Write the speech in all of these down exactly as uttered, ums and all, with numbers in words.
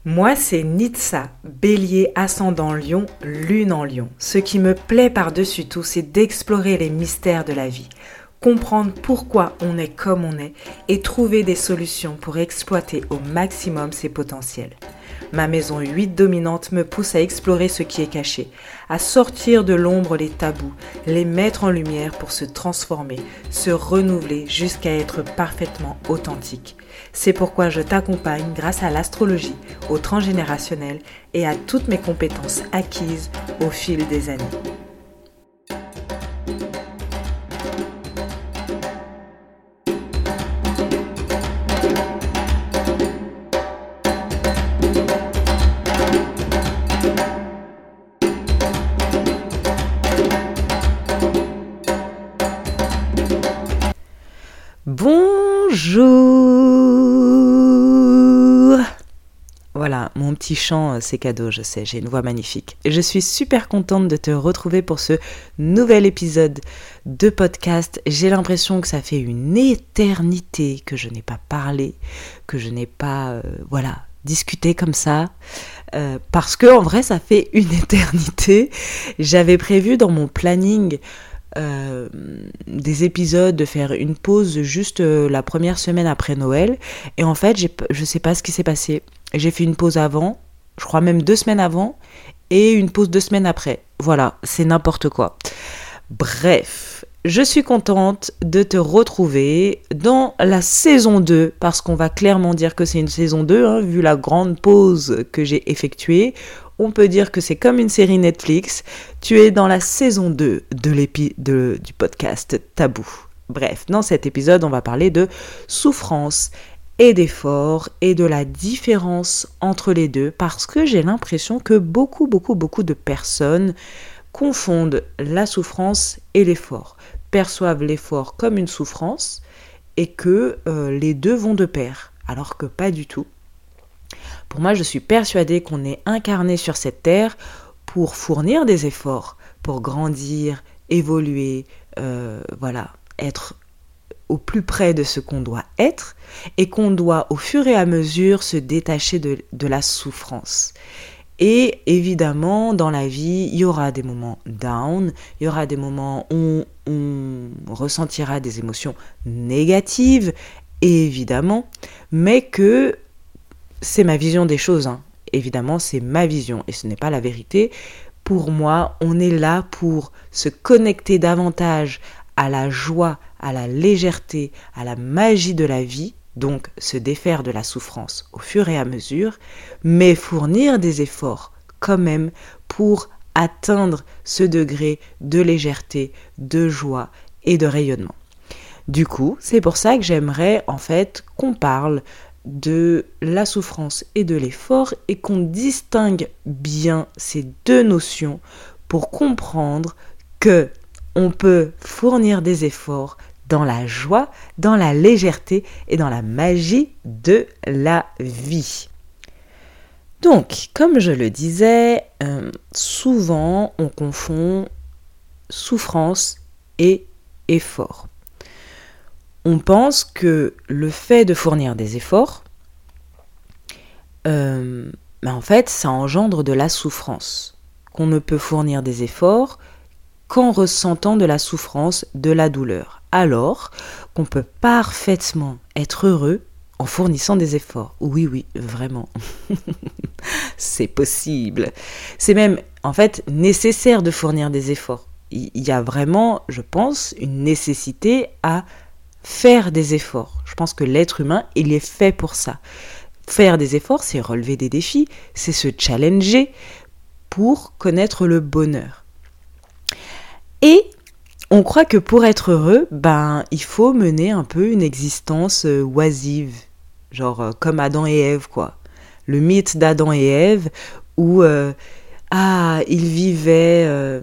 Moi, c'est Nitsa, bélier ascendant lion, lune en lion. Ce qui me plaît par-dessus tout, c'est d'explorer les mystères de la vie, comprendre pourquoi on est comme on est et trouver des solutions pour exploiter au maximum ses potentiels. Ma maison huit dominante me pousse à explorer ce qui est caché, à sortir de l'ombre les tabous, les mettre en lumière pour se transformer, se renouveler jusqu'à être parfaitement authentique. C'est pourquoi je t'accompagne grâce à l'astrologie, au transgénérationnel et à toutes mes compétences acquises au fil des années. Bonjour! Voilà, mon petit chant, c'est cadeau, je sais, j'ai une voix magnifique. Et je suis super contente de te retrouver pour ce nouvel épisode de podcast. J'ai l'impression que ça fait une éternité que je n'ai pas parlé, que je n'ai pas, euh, voilà, discuté comme ça. Euh, parce que en vrai, ça fait une éternité. J'avais prévu dans mon planning Euh, des épisodes, de faire une pause juste euh, la première semaine après Noël. Et en fait, j'ai, je sais pas ce qui s'est passé. J'ai fait une pause avant, je crois même deux semaines avant, et une pause deux semaines après. Voilà, c'est n'importe quoi. Bref, je suis contente de te retrouver dans la saison deux, parce qu'on va clairement dire que c'est une saison deux, hein, vu la grande pause que j'ai effectuée. On peut dire que c'est comme une série Netflix. Tu es dans la saison deux de l'épi- de, du podcast Tabou. Bref, dans cet épisode, on va parler de souffrance et d'effort et de la différence entre les deux, parce que j'ai l'impression que beaucoup, beaucoup, beaucoup de personnes confondent la souffrance et l'effort, perçoivent l'effort comme une souffrance et que euh, les deux vont de pair, alors que pas du tout. Pour moi, je suis persuadée qu'on est incarné sur cette terre pour fournir des efforts, pour grandir, évoluer, euh, voilà, être au plus près de ce qu'on doit être et qu'on doit au fur et à mesure se détacher de, de la souffrance. Et évidemment, dans la vie, il y aura des moments down, il y aura des moments où on ressentira des émotions négatives, évidemment, mais que c'est ma vision des choses, hein. Évidemment, c'est ma vision et ce n'est pas la vérité. Pour moi, on est là pour se connecter davantage à la joie, à la légèreté, à la magie de la vie, donc se défaire de la souffrance au fur et à mesure, mais fournir des efforts quand même pour atteindre ce degré de légèreté, de joie et de rayonnement. Du coup, c'est pour ça que j'aimerais en fait qu'on parle de la souffrance et de l'effort et qu'on distingue bien ces deux notions pour comprendre que on peut fournir des efforts dans la joie, dans la légèreté et dans la magie de la vie. Donc, comme je le disais, euh, souvent on confond souffrance et effort. On pense que le fait de fournir des efforts, euh, ben en fait, ça engendre de la souffrance. Qu'on ne peut fournir des efforts qu'en ressentant de la souffrance, de la douleur. Alors qu'on peut parfaitement être heureux en fournissant des efforts. Oui, oui, vraiment. C'est possible. C'est même, en fait, nécessaire de fournir des efforts. Il y a vraiment, je pense, une nécessité à faire des efforts. Je pense que l'être humain, il est fait pour ça. Faire des efforts, c'est relever des défis, c'est se challenger pour connaître le bonheur. Et on croit que pour être heureux, ben, il faut mener un peu une existence euh, oisive, genre euh, comme Adam et Ève, quoi. Le mythe d'Adam et Ève, où euh, ah, ils vivaient... Euh,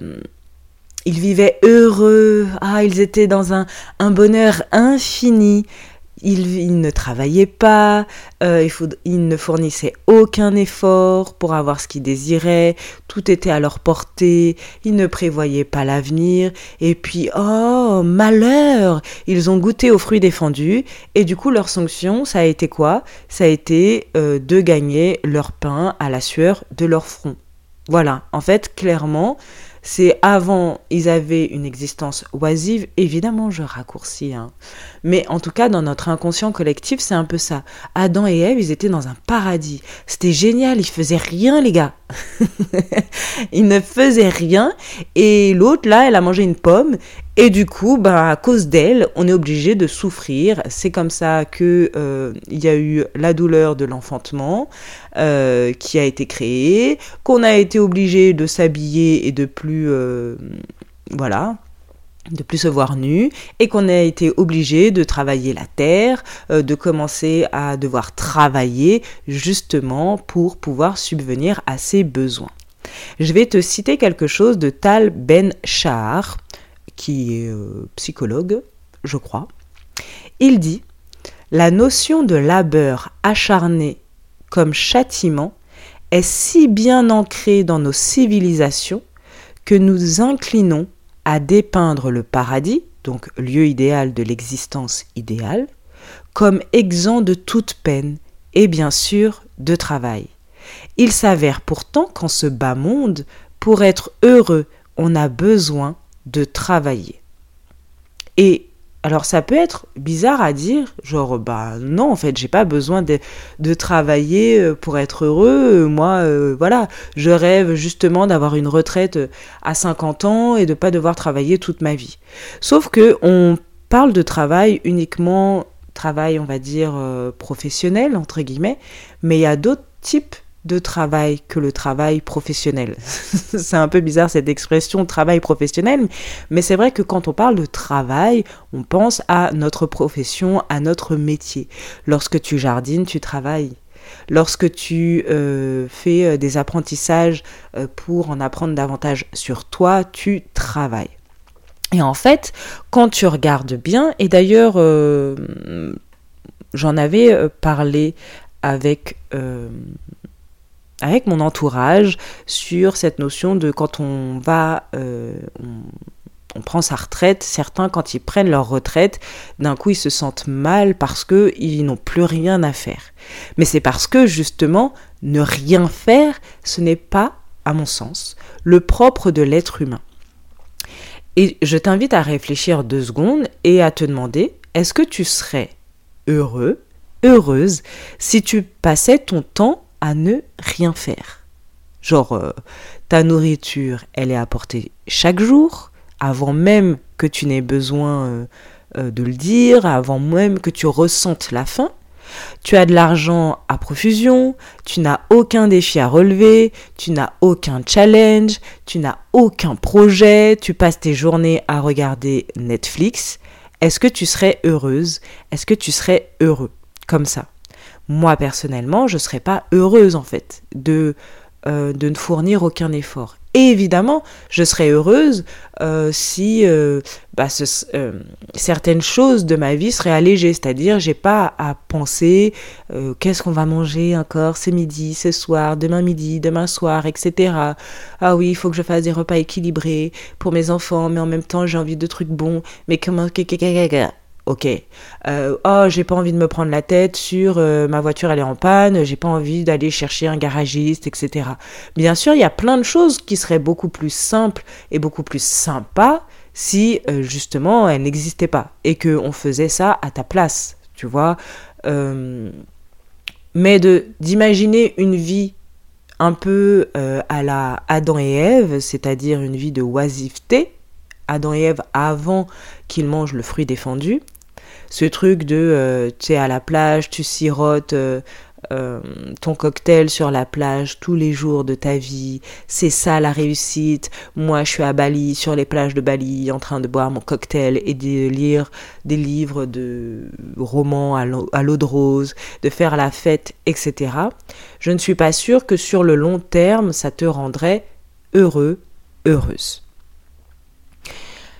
Ils vivaient heureux, ah, ils étaient dans un, un bonheur infini. Ils, ils ne travaillaient pas, euh, il faut, ils ne fournissaient aucun effort pour avoir ce qu'ils désiraient, tout était à leur portée, ils ne prévoyaient pas l'avenir, et puis, oh, malheur, ils ont goûté aux fruits défendus, et du coup, leur sanction, ça a été quoi ? Ça a été euh, de gagner leur pain à la sueur de leur front. Voilà, en fait, clairement, c'est avant, ils avaient une existence oisive, évidemment je raccourcis, hein. Mais en tout cas dans notre inconscient collectif c'est un peu ça. Adam et Ève, ils étaient dans un paradis, c'était génial, ils faisaient rien les gars, ils ne faisaient rien, et l'autre là, elle a mangé une pomme, et du coup, bah, à cause d'elle, on est obligé de souffrir. C'est comme ça que euh, il y a eu la douleur de l'enfantement euh, qui a été créée, qu'on a été obligé de s'habiller et de plus, euh, voilà, de plus se voir nu, et qu'on a été obligé de travailler la terre, euh, de commencer à devoir travailler justement pour pouvoir subvenir à ses besoins. Je vais te citer quelque chose de Tal Ben-Shahar, qui est euh, psychologue, je crois. Il dit « La notion de labeur acharné comme châtiment est si bien ancrée dans nos civilisations que nous inclinons à dépeindre le paradis, donc lieu idéal de l'existence idéale, comme exempt de toute peine et bien sûr de travail. Il s'avère pourtant qu'en ce bas monde, pour être heureux, on a besoin de travailler. » Et alors ça peut être bizarre à dire, genre bah non en fait j'ai pas besoin de, de travailler pour être heureux, moi euh, voilà, je rêve justement d'avoir une retraite à cinquante ans et de pas devoir travailler toute ma vie. Sauf que on parle de travail uniquement, travail on va dire euh, professionnel entre guillemets, mais il y a d'autres types de travail que le travail professionnel. C'est un peu bizarre cette expression travail professionnel, mais c'est vrai que quand on parle de travail, on pense à notre profession, à notre métier. Lorsque tu jardines, tu travailles. Lorsque tu euh, fais des apprentissages euh, pour en apprendre davantage sur toi, tu travailles. Et en fait, quand tu regardes bien, et d'ailleurs, euh, j'en avais parlé avec... Euh, avec mon entourage sur cette notion de quand on va, euh, on, on prend sa retraite, certains quand ils prennent leur retraite, d'un coup ils se sentent mal parce qu'ils n'ont plus rien à faire. Mais c'est parce que justement, ne rien faire, ce n'est pas, à mon sens, le propre de l'être humain. Et je t'invite à réfléchir deux secondes et à te demander, est-ce que tu serais heureux, heureuse, si tu passais ton temps à ne rien faire. Genre, euh, ta nourriture, elle est apportée chaque jour, avant même que tu n'aies besoin euh, euh, de le dire, avant même que tu ressentes la faim. Tu as de l'argent à profusion, tu n'as aucun défi à relever, tu n'as aucun challenge, tu n'as aucun projet, tu passes tes journées à regarder Netflix. Est-ce que tu serais heureuse ? Est-ce que tu serais heureux comme ça ? Moi, personnellement, je ne serais pas heureuse, en fait, de, euh, de ne fournir aucun effort. Et évidemment, je serais heureuse euh, si euh, bah, ce, euh, certaines choses de ma vie seraient allégées. C'est-à-dire, j'ai pas à penser euh, qu'est-ce qu'on va manger encore ce midi, ce soir, demain midi, demain soir, et cetera. Ah oui, il faut que je fasse des repas équilibrés pour mes enfants, mais en même temps, j'ai envie de trucs bons. Mais comment... Ok, euh, oh j'ai pas envie de me prendre la tête sur euh, ma voiture elle est en panne, j'ai pas envie d'aller chercher un garagiste, et cetera. Bien sûr, il y a plein de choses qui seraient beaucoup plus simples et beaucoup plus sympas si euh, justement elles n'existaient pas et qu'on faisait ça à ta place, tu vois. Euh, mais de d'imaginer une vie un peu euh, à la Adam et Ève, c'est-à-dire une vie de oisiveté, Adam et Ève avant qu'ils mangent le fruit défendu. Ce truc de, euh, tu es à la plage, tu sirotes euh, euh, ton cocktail sur la plage tous les jours de ta vie. C'est ça la réussite. Moi, je suis à Bali, sur les plages de Bali, en train de boire mon cocktail et de lire des livres de romans à l'eau, à l'eau de rose, de faire la fête, et cetera. Je ne suis pas sûre que sur le long terme, ça te rendrait heureux, heureuse.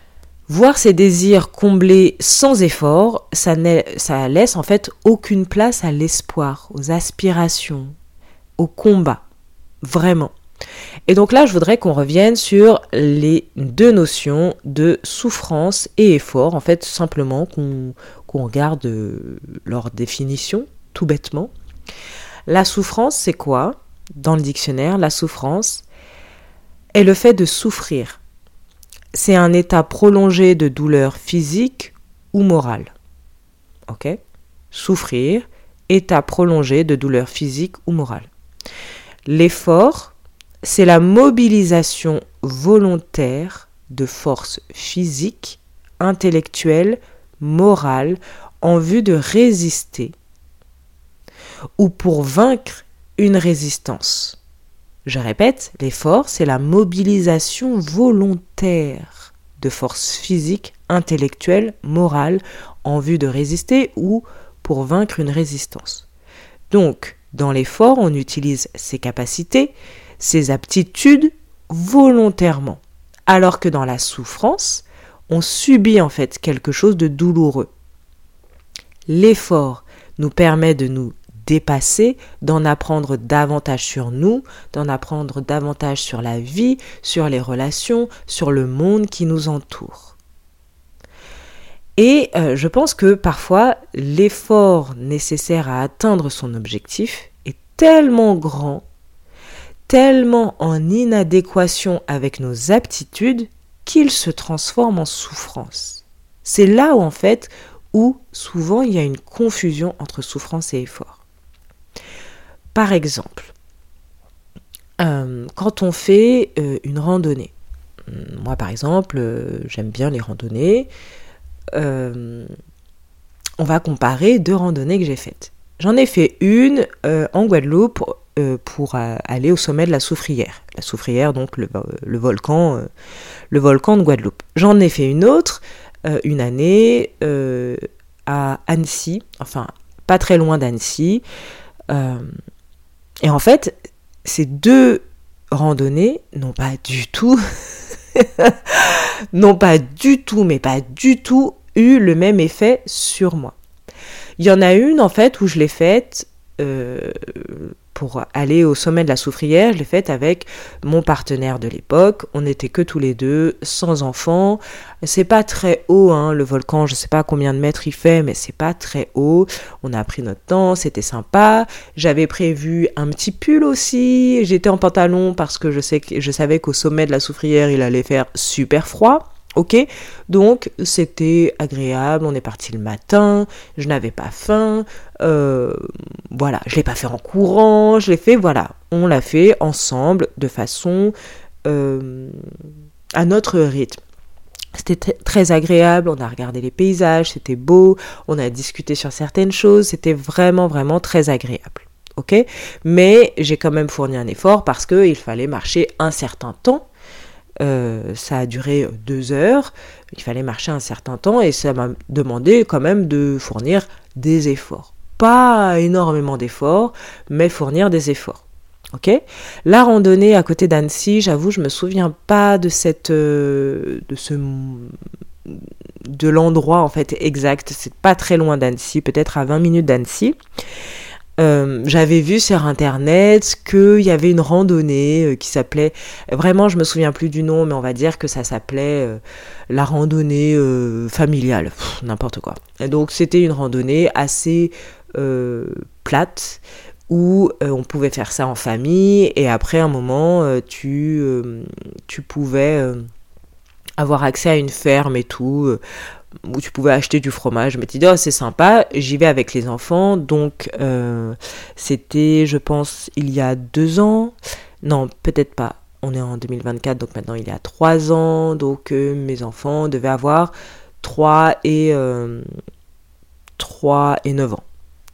Voir ses désirs comblés sans effort, ça, ça laisse en fait aucune place à l'espoir, aux aspirations, au combat, vraiment. Et donc là, je voudrais qu'on revienne sur les deux notions de souffrance et effort, en fait, simplement qu'on, qu'on regarde leur définition, tout bêtement. La souffrance, c'est quoi ? Dans le dictionnaire, la souffrance est le fait de souffrir. C'est un état prolongé de douleur physique ou morale. Ok ? Souffrir, état prolongé de douleur physique ou morale. L'effort, c'est la mobilisation volontaire de forces physiques, intellectuelles, morales, en vue de résister ou pour vaincre une résistance. Je répète, l'effort, c'est la mobilisation volontaire de forces physiques, intellectuelles, morales, en vue de résister ou pour vaincre une résistance. Donc, dans l'effort, on utilise ses capacités, ses aptitudes volontairement, alors que dans la souffrance, on subit en fait quelque chose de douloureux. L'effort nous permet de nous dépasser, d'en apprendre davantage sur nous, d'en apprendre davantage sur la vie, sur les relations, sur le monde qui nous entoure. Et euh, je pense que parfois, l'effort nécessaire à atteindre son objectif est tellement grand, tellement en inadéquation avec nos aptitudes, qu'il se transforme en souffrance. C'est là où en fait, où souvent il y a une confusion entre souffrance et effort. Par exemple, euh, quand on fait euh, une randonnée, moi par exemple, euh, j'aime bien les randonnées, euh, on va comparer deux randonnées que j'ai faites. J'en ai fait une euh, en Guadeloupe pour, euh, pour euh, aller au sommet de la Soufrière. La Soufrière, donc le, le, volcan, euh, le volcan de Guadeloupe. J'en ai fait une autre, euh, une année, euh, à Annecy, enfin pas très loin d'Annecy. Euh, et en fait, ces deux randonnées n'ont pas du tout, n'ont pas du tout, mais pas du tout eu le même effet sur moi. Il y en a une en fait où je l'ai faite euh, pour aller au sommet de la Soufrière, je l'ai faite avec mon partenaire de l'époque. On n'était que tous les deux, sans enfants. C'est pas très haut, hein, le volcan, je sais pas combien de mètres il fait, mais c'est pas très haut. On a pris notre temps, c'était sympa. J'avais prévu un petit pull aussi. J'étais en pantalon parce que je sais que je savais qu'au sommet de la Soufrière, il allait faire super froid. Ok, donc c'était agréable, on est parti le matin, je n'avais pas faim, euh, voilà, je l'ai pas fait en courant, je l'ai fait, voilà, on l'a fait ensemble de façon euh, à notre rythme. C'était t- très agréable, on a regardé les paysages, c'était beau, on a discuté sur certaines choses, c'était vraiment vraiment très agréable. Ok, mais j'ai quand même fourni un effort parce qu'il fallait marcher un certain temps. Euh, ça a duré deux heures, il fallait marcher un certain temps et ça m'a demandé quand même de fournir des efforts. Pas énormément d'efforts, mais fournir des efforts. Ok ? La randonnée à côté d'Annecy, j'avoue, je me souviens pas de cette, euh, de ce, de l'endroit en fait exact. C'est pas très loin d'Annecy, peut-être à vingt minutes d'Annecy. Euh, j'avais vu sur internet qu'il y avait une randonnée euh, qui s'appelait, vraiment je me souviens plus du nom, mais on va dire que ça s'appelait euh, la randonnée euh, familiale, Pff, n'importe quoi. Et donc c'était une randonnée assez euh, plate où euh, on pouvait faire ça en famille et après un moment euh, tu, euh, tu pouvais euh, avoir accès à une ferme et tout, euh, où tu pouvais acheter du fromage. Je me suis dit, oh, c'est sympa, j'y vais avec les enfants. Donc, euh, c'était, je pense, il y a deux ans. Non, peut-être pas. On est en deux mille vingt-quatre, donc maintenant il y a trois ans. Donc, euh, mes enfants devaient avoir trois et, euh, trois et neuf ans. Ok ?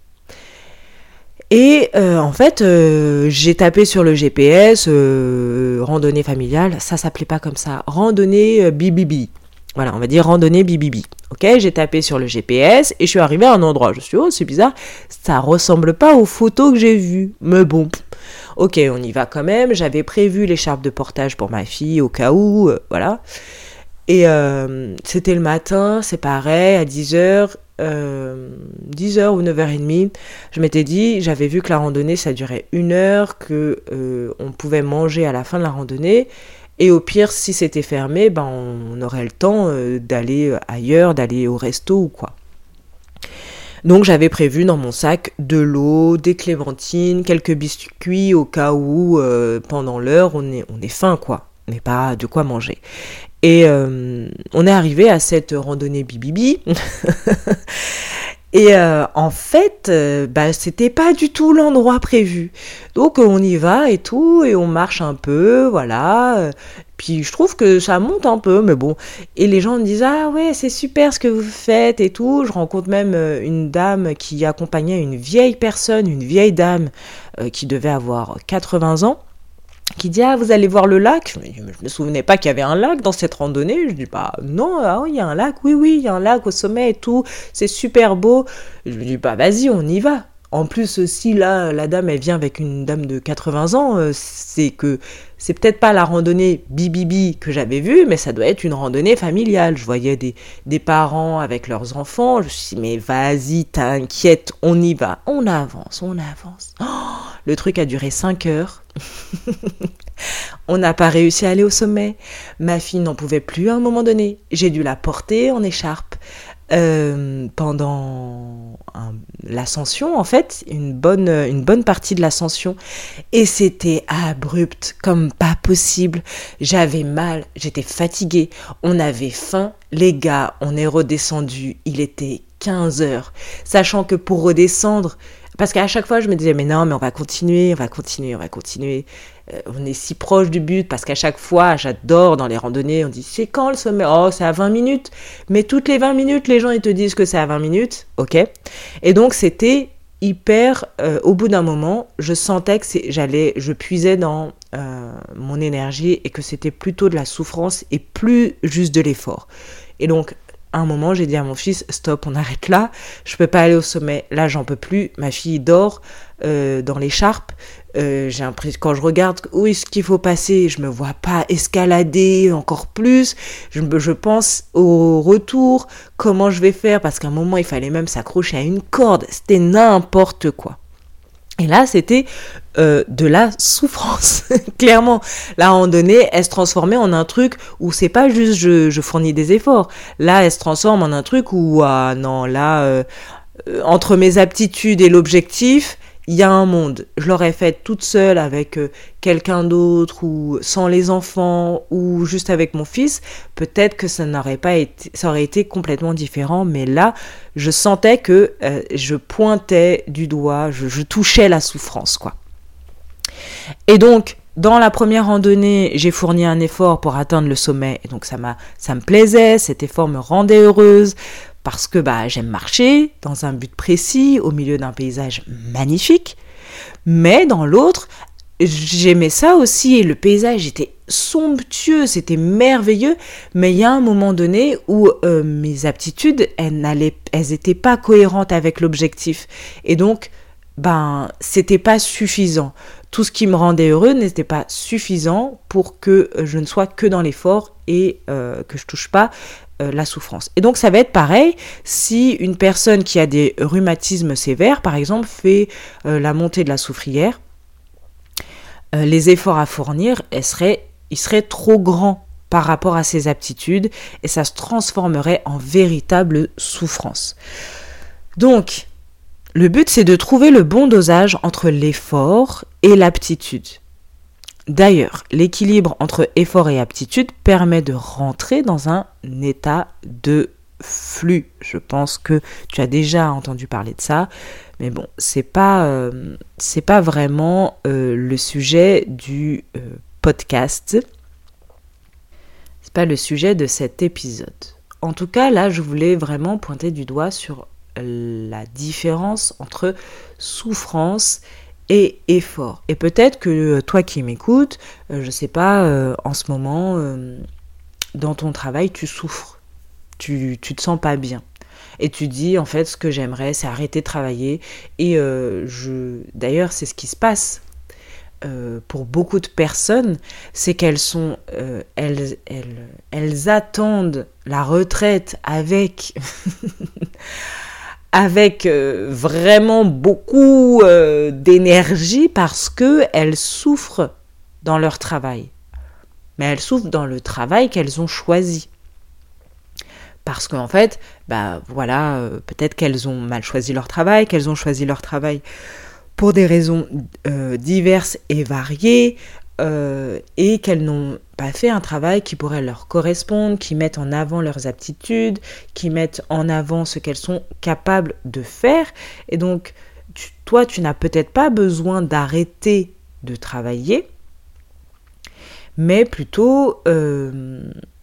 Et euh, en fait, euh, j'ai tapé sur le G P S, euh, randonnée familiale. Ça s'appelait pas comme ça. Randonnée euh, Bibibi. Voilà, on va dire randonnée Bibibi. Ok, j'ai tapé sur le G P S et je suis arrivée à un endroit. Je me suis dit, oh, c'est bizarre, ça ressemble pas aux photos que j'ai vues. Mais bon, ok, on y va quand même. J'avais prévu l'écharpe de portage pour ma fille au cas où, euh, voilà. Et euh, c'était le matin, c'est pareil, à dix heures, euh, dix heures ou neuf heures trente, je m'étais dit, j'avais vu que la randonnée, ça durait une heure, que euh, on pouvait manger à la fin de la randonnée, et au pire, si c'était fermé, ben, on aurait le temps euh, d'aller ailleurs, d'aller au resto ou quoi. Donc j'avais prévu dans mon sac de l'eau, des clémentines, quelques biscuits au cas où euh, pendant l'heure on est, on est faim quoi, mais pas de quoi manger. Et euh, on est arrivé à cette randonnée Bibibi. Et euh, en fait, euh, bah, c'était pas du tout l'endroit prévu. Donc on y va et tout, et on marche un peu, voilà. Puis je trouve que ça monte un peu, mais bon. Et les gens me disent « Ah ouais, c'est super ce que vous faites et tout ». Je rencontre même une dame qui accompagnait une vieille personne, une vieille dame euh, qui devait avoir quatre-vingts ans, qui dit « Ah, vous allez voir le lac ?» Je me dis, je me souvenais pas qu'il y avait un lac dans cette randonnée. Je dis « Bah non, ah oui, il y a un lac, oui, oui, il y a un lac au sommet et tout, c'est super beau. » Je me dis « Bah vas-y, on y va. » En plus, si là, la dame, elle vient avec une dame de quatre-vingts ans, euh, c'est que c'est peut-être pas la randonnée Bibibi que j'avais vue, mais ça doit être une randonnée familiale. Je voyais des, des parents avec leurs enfants. Je me suis dit, mais vas-y, t'inquiète, on y va. On avance, on avance. Oh, le truc a duré cinq heures. On n'a pas réussi à aller au sommet. Ma fille n'en pouvait plus à un moment donné. J'ai dû la porter en écharpe. Euh, pendant un, l'ascension, en fait, une bonne, une bonne partie de l'ascension. Et c'était abrupt, comme pas possible. J'avais mal, j'étais fatiguée, on avait faim. Les gars, on est redescendu, il était quinze heures. Sachant que pour redescendre, parce qu'à chaque fois, je me disais, mais non, mais on va continuer, on va continuer, on va continuer. Euh, on est si proche du but, parce qu'à chaque fois, j'adore dans les randonnées, on dit, c'est quand le sommet ? Oh, c'est à vingt minutes. Mais toutes les vingt minutes, les gens, ils te disent que c'est à vingt minutes. Ok. Et donc, c'était hyper, euh, au bout d'un moment, je sentais que c'est, j'allais, je puisais dans euh, mon énergie et que c'était plutôt de la souffrance et plus juste de l'effort. Et donc, à un moment, j'ai dit à mon fils, stop, on arrête là, je peux pas aller au sommet, là j'en peux plus, ma fille dort euh, dans l'écharpe, euh, j'ai l'impression, quand je regarde où est-ce qu'il faut passer, je me vois pas escalader encore plus, je, je pense au retour, comment je vais faire, parce qu'à un moment il fallait même s'accrocher à une corde, c'était n'importe quoi. Et là, c'était euh, de la souffrance. Clairement, la randonnée, elle se transformait en un truc où c'est pas juste je, je fournis des efforts. Là, elle se transforme en un truc où, ah non, là, euh, euh, entre mes aptitudes et l'objectif, il y a un monde. Je l'aurais faite toute seule avec euh, quelqu'un d'autre ou sans les enfants ou juste avec mon fils. Peut-être que ça n'aurait pas été, ça aurait été complètement différent. Mais là, je sentais que euh, je pointais du doigt, je, je touchais la souffrance, quoi. Et donc, dans la première randonnée, j'ai fourni un effort pour atteindre le sommet. Et donc, ça m'a, ça me plaisait. Cet effort me rendait heureuse. Parce que bah, j'aime marcher dans un but précis, au milieu d'un paysage magnifique. Mais dans l'autre, j'aimais ça aussi. Et le paysage était somptueux, c'était merveilleux. Mais il y a un moment donné où euh, mes aptitudes, elles n'allaient, elles étaient pas cohérentes avec l'objectif. Et donc, ben, c'était pas suffisant. Tout ce qui me rendait heureux n'était pas suffisant pour que je ne sois que dans l'effort et euh, que je touche pas la souffrance. Et donc ça va être pareil si une personne qui a des rhumatismes sévères, par exemple, fait euh, la montée de la soufrière, euh, les efforts à fournir, elles seraient, ils seraient trop grands par rapport à ses aptitudes et ça se transformerait en véritable souffrance. Donc, le but, c'est de trouver le bon dosage entre l'effort et l'aptitude. D'ailleurs, l'équilibre entre effort et aptitude permet de rentrer dans un état de flux. Je pense que tu as déjà entendu parler de ça, mais bon, c'est pas, euh, c'est pas vraiment euh, le sujet du euh, podcast. C'est pas le sujet de cet épisode. En tout cas, là, je voulais vraiment pointer du doigt sur la différence entre souffrance et effort. Et peut-être que toi qui m'écoutes, euh, je sais pas, euh, en ce moment, euh, dans ton travail, tu souffres. Tu, tu te sens pas bien. Et tu dis, en fait, ce que j'aimerais, c'est arrêter de travailler. Et euh, je... d'ailleurs, c'est ce qui se passe. euh, pour beaucoup de personnes, c'est qu'elles sont, euh, elles, elles, elles attendent la retraite avec, avec euh, vraiment beaucoup euh, d'énergie parce que elles souffrent dans leur travail. Mais elles souffrent dans le travail qu'elles ont choisi. Parce qu'en fait, bah voilà, euh, peut-être qu'elles ont mal choisi leur travail, qu'elles ont choisi leur travail pour des raisons euh, diverses et variées, euh, et qu'elles n'ont pas fait un travail qui pourrait leur correspondre, qui mette en avant leurs aptitudes, qui mette en avant ce qu'elles sont capables de faire. Et donc, tu, toi, tu n'as peut-être pas besoin d'arrêter de travailler, mais plutôt... Euh,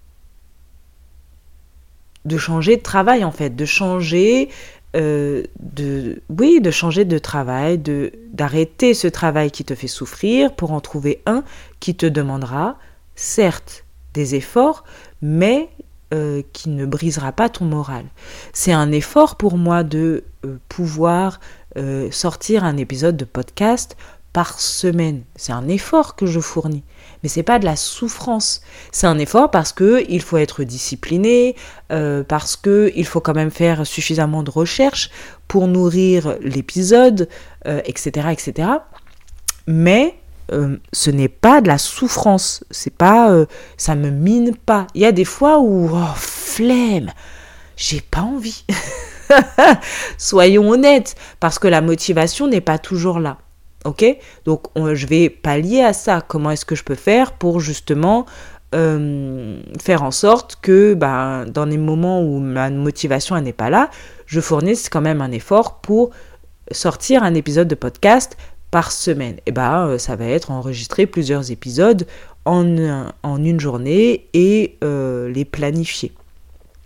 de changer de travail en fait, de changer euh, de oui, de changer de travail, de d'arrêter ce travail qui te fait souffrir pour en trouver un qui te demandera certes des efforts, mais euh, qui ne brisera pas ton moral. C'est un effort pour moi de euh, pouvoir euh, sortir un épisode de podcast par semaine. C'est un effort que je fournis. Mais c'est pas de la souffrance. C'est un effort parce que il faut être discipliné, euh, parce que il faut quand même faire suffisamment de recherches pour nourrir l'épisode, euh, et cetera, et cetera. Mais euh, ce n'est pas de la souffrance. C'est pas, euh, ça me mine pas. Il y a des fois où, oh, flemme, j'ai pas envie. Soyons honnêtes, parce que la motivation n'est pas toujours là. Ok, donc on, je vais pallier à ça. Comment est-ce que je peux faire pour justement euh, faire en sorte que ben, dans les moments où ma motivation elle n'est pas là, je fournisse quand même un effort pour sortir un épisode de podcast par semaine. Et ben ça va être enregistrer plusieurs épisodes en, en une journée et euh, les planifier. Ok ?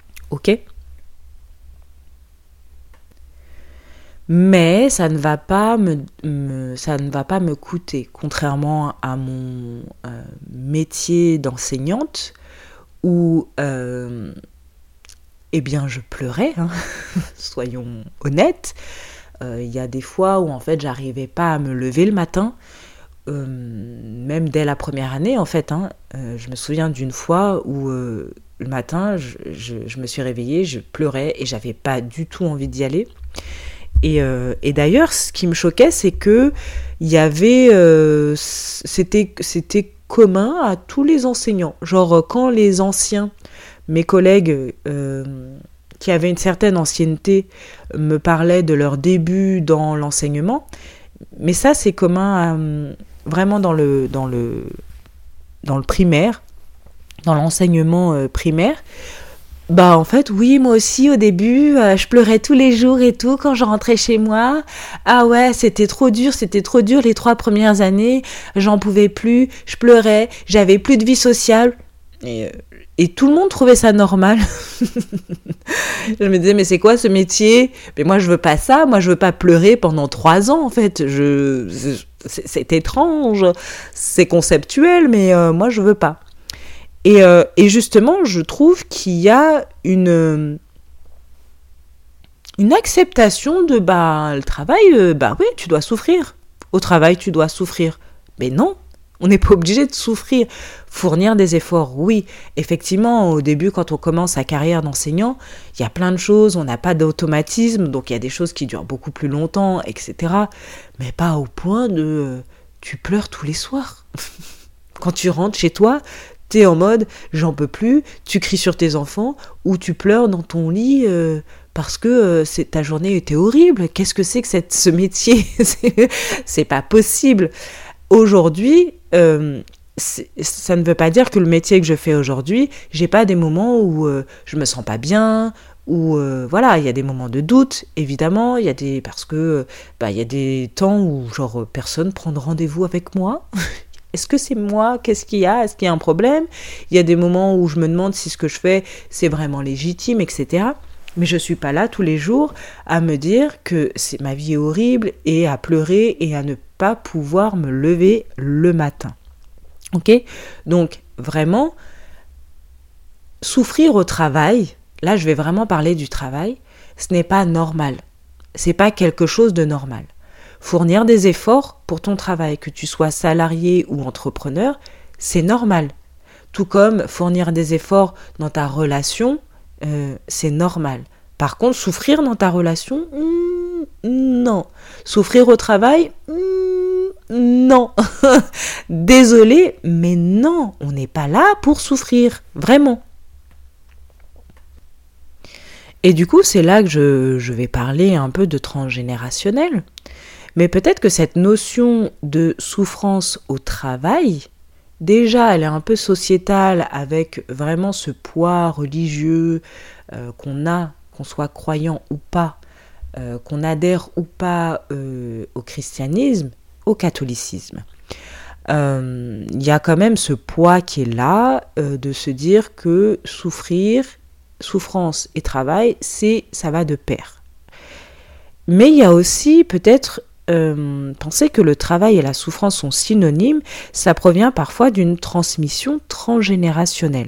Mais ça ne va pas me, me, ça ne va pas me coûter, contrairement à mon euh, métier d'enseignante où euh, eh bien je pleurais, hein, soyons honnêtes. Il euh, y a des fois où en fait j'arrivais pas à me lever le matin, euh, même dès la première année en fait. Hein, euh, je me souviens d'une fois où euh, le matin je, je, je me suis réveillée, je pleurais et j'avais pas du tout envie d'y aller. Et, euh, et d'ailleurs, ce qui me choquait, c'est que il y avait, euh, c'était, c'était commun à tous les enseignants. Genre, quand les anciens, mes collègues euh, qui avaient une certaine ancienneté, me parlaient de leur début dans l'enseignement, mais ça, c'est commun à, vraiment dans le, dans le, dans le primaire, dans l'enseignement euh, primaire. Bah en fait oui, moi aussi au début euh, je pleurais tous les jours et tout quand je rentrais chez moi. Ah ouais, c'était trop dur, c'était trop dur les trois premières années, j'en pouvais plus, je pleurais, j'avais plus de vie sociale et, et tout le monde trouvait ça normal. Je me disais mais c'est quoi ce métier ? Mais moi je veux pas ça, moi je veux pas pleurer pendant trois ans en fait. Je c'est, c'est étrange, c'est conceptuel mais euh, moi je veux pas. Et, euh, et justement, je trouve qu'il y a une, une acceptation de bah, le travail, euh, bah oui, tu dois souffrir. Au travail, tu dois souffrir. Mais non, on n'est pas obligé de souffrir. Fournir des efforts, oui. Effectivement, au début, quand on commence sa carrière d'enseignant, il y a plein de choses, on n'a pas d'automatisme, donc il y a des choses qui durent beaucoup plus longtemps, et cetera. Mais pas au point de... Euh, tu pleures tous les soirs. Quand tu rentres chez toi... T'es en mode j'en peux plus, tu cries sur tes enfants ou tu pleures dans ton lit euh, parce que euh, c'est, ta journée était horrible. Qu'est-ce que c'est que cette, ce métier ? c'est, c'est pas possible. Aujourd'hui, euh, c'est, ça ne veut pas dire que le métier que je fais aujourd'hui, j'ai pas des moments où euh, je me sens pas bien, où euh, voilà, il y a des moments de doute, évidemment, il y a des parce que bah il y a des temps où genre personne prend de rendez-vous avec moi. Est-ce que c'est moi ? Qu'est-ce qu'il y a ? Est-ce qu'il y a un problème ? Il y a des moments où je me demande si ce que je fais, c'est vraiment légitime, et cetera. Mais je ne suis pas là tous les jours à me dire que c'est, ma vie est horrible et à pleurer et à ne pas pouvoir me lever le matin. Ok ? Donc, vraiment, souffrir au travail, là je vais vraiment parler du travail, ce n'est pas normal. Ce n'est pas quelque chose de normal. Fournir des efforts pour ton travail, que tu sois salarié ou entrepreneur, c'est normal. Tout comme fournir des efforts dans ta relation, euh, c'est normal. Par contre, souffrir dans ta relation, hmm, non. Souffrir au travail, hmm, non. Désolé, mais non, on n'est pas là pour souffrir, vraiment. Et du coup, c'est là que je, je vais parler un peu de transgénérationnel. Mais peut-être que cette notion de souffrance au travail, déjà, elle est un peu sociétale avec vraiment ce poids religieux euh, qu'on a, qu'on soit croyant ou pas, euh, qu'on adhère ou pas euh, au christianisme, au catholicisme. Il euh, y a quand même ce poids qui est là euh, de se dire que souffrir, souffrance et travail, c'est, ça va de pair. Mais il y a aussi peut-être euh, penser que le travail et la souffrance sont synonymes, ça provient parfois d'une transmission transgénérationnelle.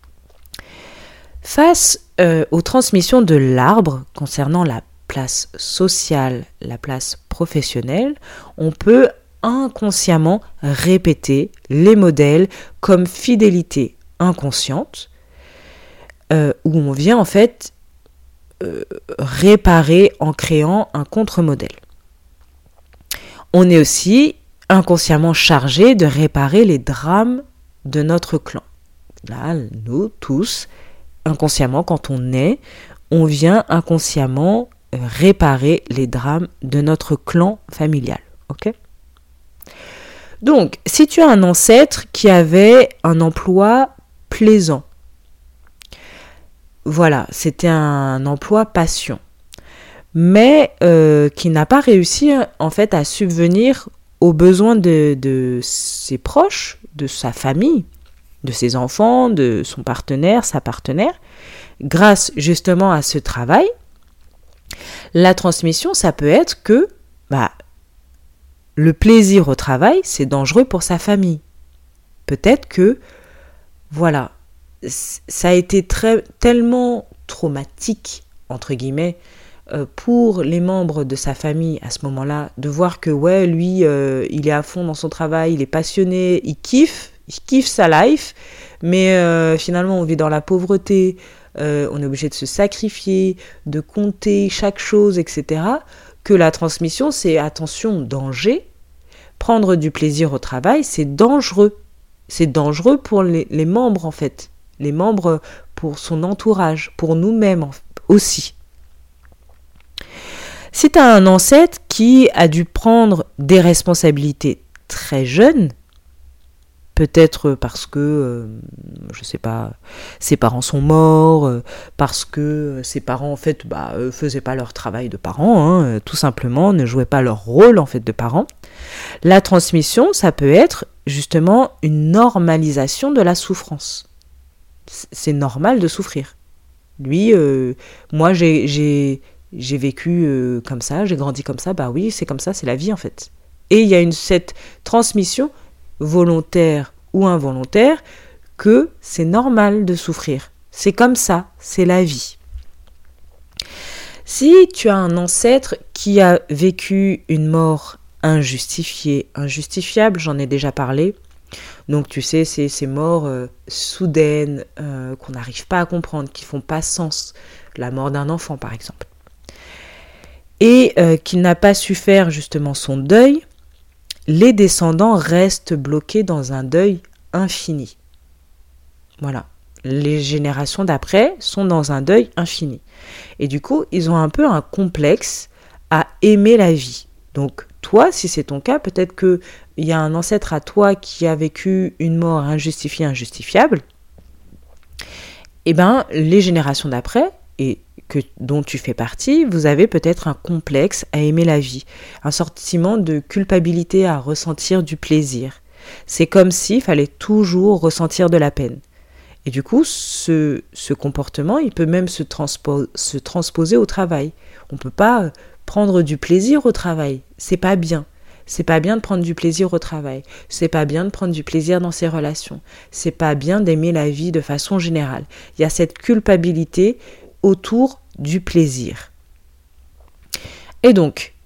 Face euh, aux transmissions de l'arbre concernant la place sociale, la place professionnelle, on peut inconsciemment répéter les modèles comme fidélité inconsciente, euh, où on vient en fait euh, réparer en créant un contre-modèle. On est aussi inconsciemment chargé de réparer les drames de notre clan. Là, nous tous, inconsciemment, quand on naît, on vient inconsciemment réparer les drames de notre clan familial. Ok ? Donc, si tu as un ancêtre qui avait un emploi plaisant, voilà, c'était un emploi passion, mais euh, qui n'a pas réussi en fait à subvenir aux besoins de, de ses proches, de sa famille, de ses enfants, de son partenaire, sa partenaire, grâce justement à ce travail, la transmission, ça peut être que bah, le plaisir au travail, c'est dangereux pour sa famille. Peut-être que, voilà, ça a été très, tellement traumatique, entre guillemets, euh, pour les membres de sa famille à ce moment-là, de voir que, ouais, lui, euh, il est à fond dans son travail, il est passionné, il kiffe, il kiffe sa life, mais euh, finalement, on vit dans la pauvreté, euh, on est obligé de se sacrifier, de compter chaque chose, et cetera, que la transmission, c'est attention, danger. Prendre du plaisir au travail, c'est dangereux. C'est dangereux pour les, les membres, en fait. Les membres pour son entourage, pour nous-mêmes aussi. Si tu as un ancêtre qui a dû prendre des responsabilités très jeunes, peut-être parce que, euh, je sais pas, ses parents sont morts, euh, parce que ses parents, en fait, bah, euh, faisaient pas leur travail de parents, hein, euh, tout simplement, ne jouaient pas leur rôle, en fait, de parents. La transmission, ça peut être, justement, une normalisation de la souffrance. C'est normal de souffrir. Lui, euh, moi, j'ai, j'ai, j'ai vécu euh, comme ça, j'ai grandi comme ça, bah oui, c'est comme ça, c'est la vie, en fait. Et il y a une, cette transmission volontaire ou involontaire, que c'est normal de souffrir. C'est comme ça, c'est la vie. Si tu as un ancêtre qui a vécu une mort injustifiée, injustifiable, j'en ai déjà parlé, donc tu sais, c'est ces morts euh, soudaines, euh, qu'on n'arrive pas à comprendre, qui font pas sens, la mort d'un enfant par exemple, et euh, qu'il n'a pas su faire justement son deuil, les descendants restent bloqués dans un deuil infini. Voilà. Les générations d'après sont dans un deuil infini. Et du coup, ils ont un peu un complexe à aimer la vie. Donc, toi, si c'est ton cas, peut-être qu'il y a un ancêtre à toi qui a vécu une mort injustifiée, injustifiable. Eh bien, les générations d'après, et que, dont tu fais partie, vous avez peut-être un complexe à aimer la vie, un sentiment de culpabilité à ressentir du plaisir. C'est comme s'il fallait toujours ressentir de la peine. Et du coup, ce, ce comportement, il peut même se, transpo- se transposer au travail. On ne peut pas prendre du plaisir au travail. C'est pas bien. C'est pas bien de prendre du plaisir au travail. C'est pas bien de prendre du plaisir dans ses relations. C'est pas bien d'aimer la vie de façon générale. Il y a cette culpabilité autour du plaisir. Et donc,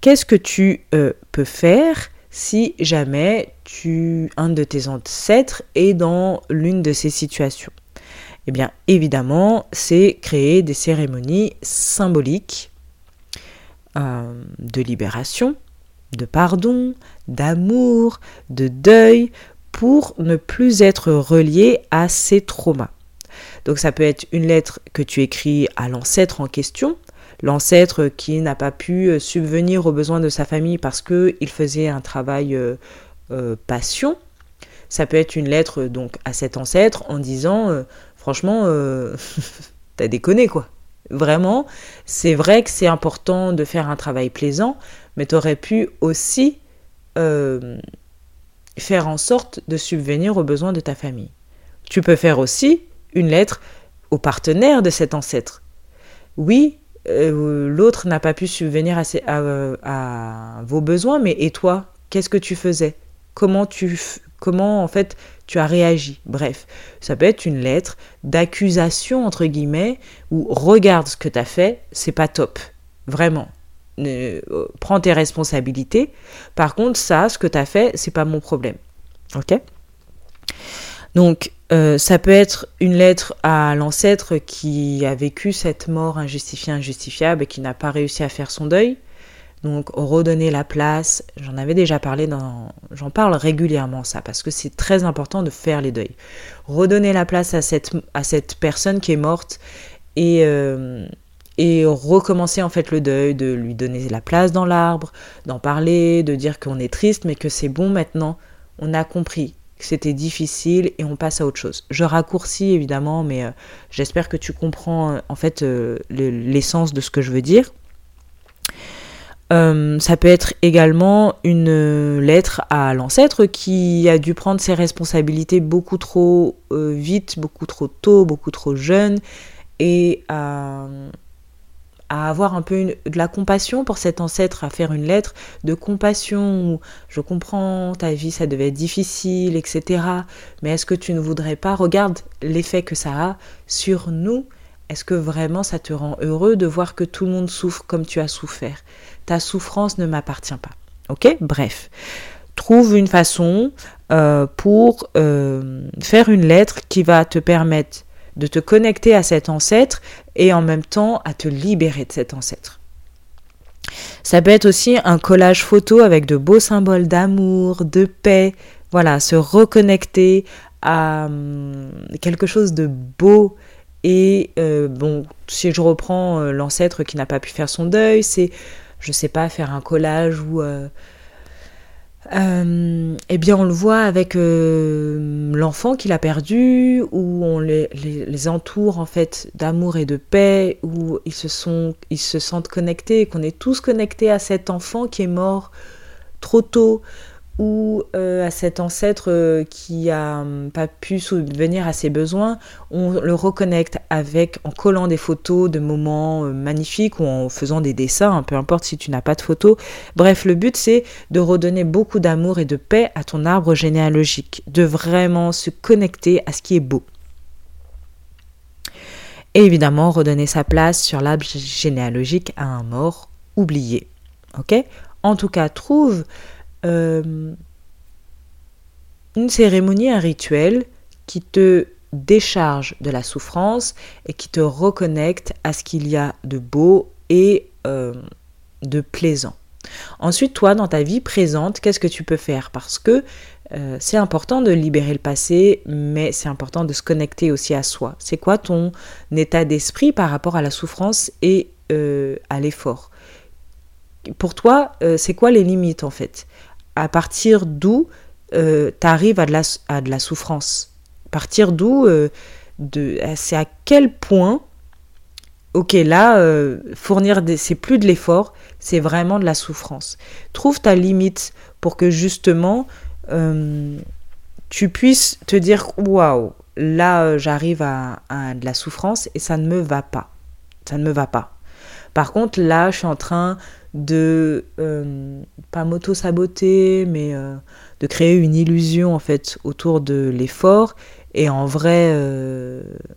qu'est-ce que tu euh, peux faire si jamais tu, un de tes ancêtres est dans l'une de ces situations? Eh bien, évidemment, c'est créer des cérémonies symboliques euh, de libération, de pardon, d'amour, de deuil, pour ne plus être relié à ces traumas. Donc ça peut être une lettre que tu écris à l'ancêtre en question, l'ancêtre qui n'a pas pu subvenir aux besoins de sa famille parce qu'il faisait un travail euh, euh, passion. Ça peut être une lettre donc à cet ancêtre en disant euh, franchement, euh, t'as déconné quoi. Vraiment, c'est vrai que c'est important de faire un travail plaisant, mais t'aurais pu aussi euh, faire en sorte de subvenir aux besoins de ta famille. Tu peux faire aussi une lettre au partenaire de cet ancêtre. Oui, euh, l'autre n'a pas pu subvenir à, ses, à, à vos besoins, mais et toi, qu'est-ce que tu faisais ? Comment tu, comment en fait tu as réagi ? Bref, ça peut être une lettre d'accusation entre guillemets où regarde ce que tu as fait, c'est pas top, vraiment. Euh, prends tes responsabilités. Par contre, ça, ce que tu as fait, c'est pas mon problème. Ok ? Donc, euh, ça peut être une lettre à l'ancêtre qui a vécu cette mort injustifiée, injustifiable et qui n'a pas réussi à faire son deuil. Donc, redonner la place. J'en avais déjà parlé dans... J'en parle régulièrement, ça, parce que c'est très important de faire les deuils. Redonner la place à cette, à cette personne qui est morte et... Euh, et recommencer en fait le deuil, de lui donner la place dans l'arbre, d'en parler, de dire qu'on est triste, mais que c'est bon maintenant, on a compris que c'était difficile et on passe à autre chose. Je raccourcis évidemment, mais euh, j'espère que tu comprends euh, en fait euh, le, l'essence de ce que je veux dire. Euh, ça peut être également une lettre à l'ancêtre qui a dû prendre ses responsabilités beaucoup trop euh, vite, beaucoup trop tôt, beaucoup trop jeune, et à... Euh, à avoir un peu une, de la compassion pour cet ancêtre, à faire une lettre de compassion où je comprends, ta vie ça devait être difficile, et cetera. Mais est-ce que tu ne voudrais pas, regarde l'effet que ça a sur nous, est-ce que vraiment ça te rend heureux de voir que tout le monde souffre comme tu as souffert ? Ta souffrance ne m'appartient pas. Ok ? Bref, trouve une façon euh, pour euh, faire une lettre qui va te permettre de te connecter à cet ancêtre et en même temps à te libérer de cet ancêtre. Ça peut être aussi un collage photo avec de beaux symboles d'amour, de paix, voilà, se reconnecter à hum, quelque chose de beau. Et euh, bon, si je reprends euh, l'ancêtre qui n'a pas pu faire son deuil, c'est, je sais pas, faire un collage où... Euh, Euh, eh bien on le voit avec euh, l'enfant qu'il a perdu, où on les, les, les entoure en fait d'amour et de paix, où ils se, sont, ils se sentent connectés, qu'on est tous connectés à cet enfant qui est mort trop tôt, ou euh, à cet ancêtre euh, qui a euh, pas pu subvenir à ses besoins, on le reconnecte avec, en collant des photos de moments euh, magnifiques ou en faisant des dessins, hein, peu importe si tu n'as pas de photos. Bref, le but c'est de redonner beaucoup d'amour et de paix à ton arbre généalogique, de vraiment se connecter à ce qui est beau. Et évidemment, redonner sa place sur l'arbre généalogique à un mort oublié. Ok ? En tout cas, trouve Euh, une cérémonie, un rituel qui te décharge de la souffrance et qui te reconnecte à ce qu'il y a de beau et euh, de plaisant. Ensuite, toi, dans ta vie présente, qu'est-ce que tu peux faire ? Parce que euh, c'est important de libérer le passé, mais c'est important de se connecter aussi à soi. C'est quoi ton état d'esprit par rapport à la souffrance et euh, à l'effort ? Pour toi, euh, c'est quoi les limites en fait ? À partir d'où euh, tu arrives à de, la, à de la souffrance ? À partir d'où euh, de, c'est à quel point, ok là, euh, fournir des, c'est plus de l'effort, c'est vraiment de la souffrance. Trouve ta limite pour que justement euh, tu puisses te dire waouh, là euh, j'arrive à, à de la souffrance et ça ne me va pas. Ça ne me va pas. Par contre, là, je suis en train de, euh, pas m'auto-saboter, mais euh, de créer une illusion, en fait, autour de l'effort. Et en vrai, euh,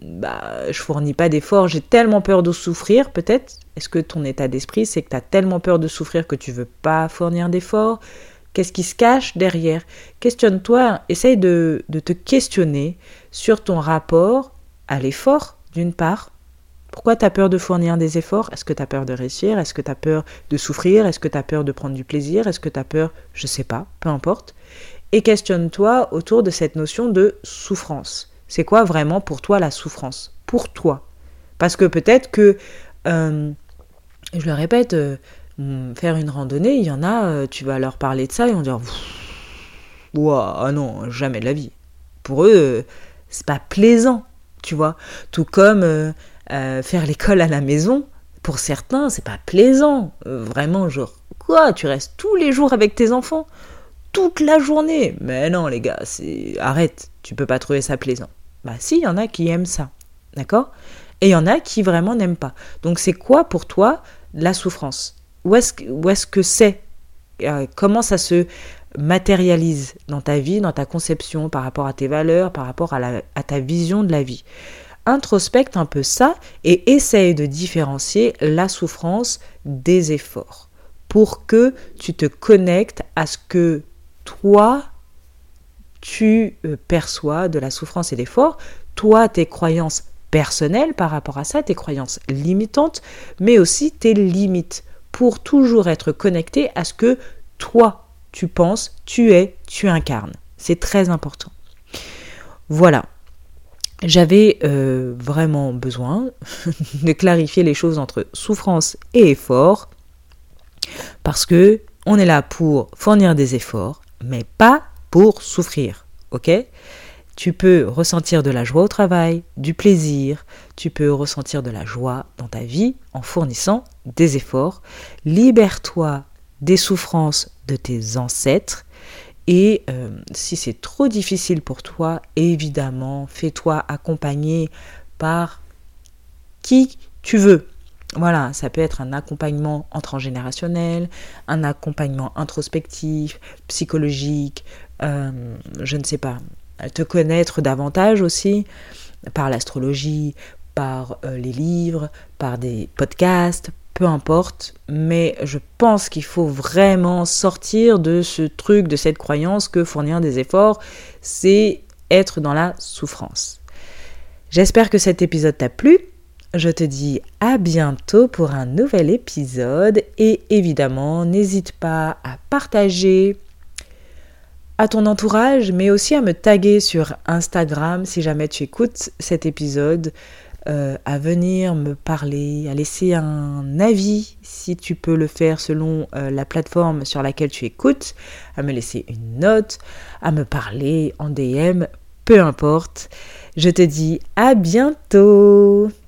bah, je fournis pas d'efforts, j'ai tellement peur de souffrir, peut-être. Est-ce que ton état d'esprit, c'est que tu as tellement peur de souffrir que tu veux pas fournir d'efforts? Qu'est-ce qui se cache derrière? Questionne-toi, essaye de, de te questionner sur ton rapport à l'effort, d'une part. Pourquoi tu as peur de fournir des efforts? Est-ce que tu as peur de réussir? Est-ce que tu as peur de souffrir? Est-ce que tu as peur de prendre du plaisir? Est-ce que tu as peur? Je sais pas, peu importe. Et questionne-toi autour de cette notion de souffrance. C'est quoi vraiment pour toi la souffrance? Pour toi. Parce que peut-être que, euh, je le répète, euh, faire une randonnée, il y en a, euh, tu vas leur parler de ça et ils vont dire « Ouah, ah non, jamais de la vie. » Pour eux, euh, c'est pas plaisant, tu vois. Tout comme euh, euh, faire l'école à la maison, pour certains, c'est pas plaisant. Euh, vraiment, genre, quoi, tu restes tous les jours avec tes enfants? Toute la journée? Mais non, les gars, c'est... arrête, tu peux pas trouver ça plaisant. Bah si, il y en a qui aiment ça, d'accord? Et il y en a qui vraiment n'aiment pas. Donc c'est quoi pour toi la souffrance? Où est-ce, où est-ce que c'est? euh, Comment ça se matérialise dans ta vie, dans ta conception, par rapport à tes valeurs, par rapport à, la, à ta vision de la vie? Introspecte un peu ça et essaye de différencier la souffrance des efforts pour que tu te connectes à ce que toi, tu perçois de la souffrance et l'effort, toi, tes croyances personnelles par rapport à ça, tes croyances limitantes, mais aussi tes limites, pour toujours être connecté à ce que toi, tu penses, tu es, tu incarnes. C'est très important. Voilà. J'avais euh, vraiment besoin de clarifier les choses entre souffrance et effort, parce que on est là pour fournir des efforts, mais pas pour souffrir, ok? Tu peux ressentir de la joie au travail, du plaisir, tu peux ressentir de la joie dans ta vie en fournissant des efforts. Libère-toi des souffrances de tes ancêtres et euh, si c'est trop difficile pour toi, évidemment, fais-toi accompagner par qui tu veux. Voilà, ça peut être un accompagnement transgénérationnel, un accompagnement introspectif, psychologique, euh, je ne sais pas, te connaître davantage aussi, par l'astrologie, par euh, les livres, par des podcasts, peu importe, mais je pense qu'il faut vraiment sortir de ce truc, de cette croyance que fournir des efforts, c'est être dans la souffrance. J'espère que cet épisode t'a plu. Je te dis à bientôt pour un nouvel épisode et évidemment, n'hésite pas à partager à ton entourage, mais aussi à me taguer sur Instagram si jamais tu écoutes cet épisode, euh, à venir me parler, à laisser un avis si tu peux le faire selon euh, la plateforme sur laquelle tu écoutes, à me laisser une note, à me parler en D M, peu importe. Je te dis à bientôt!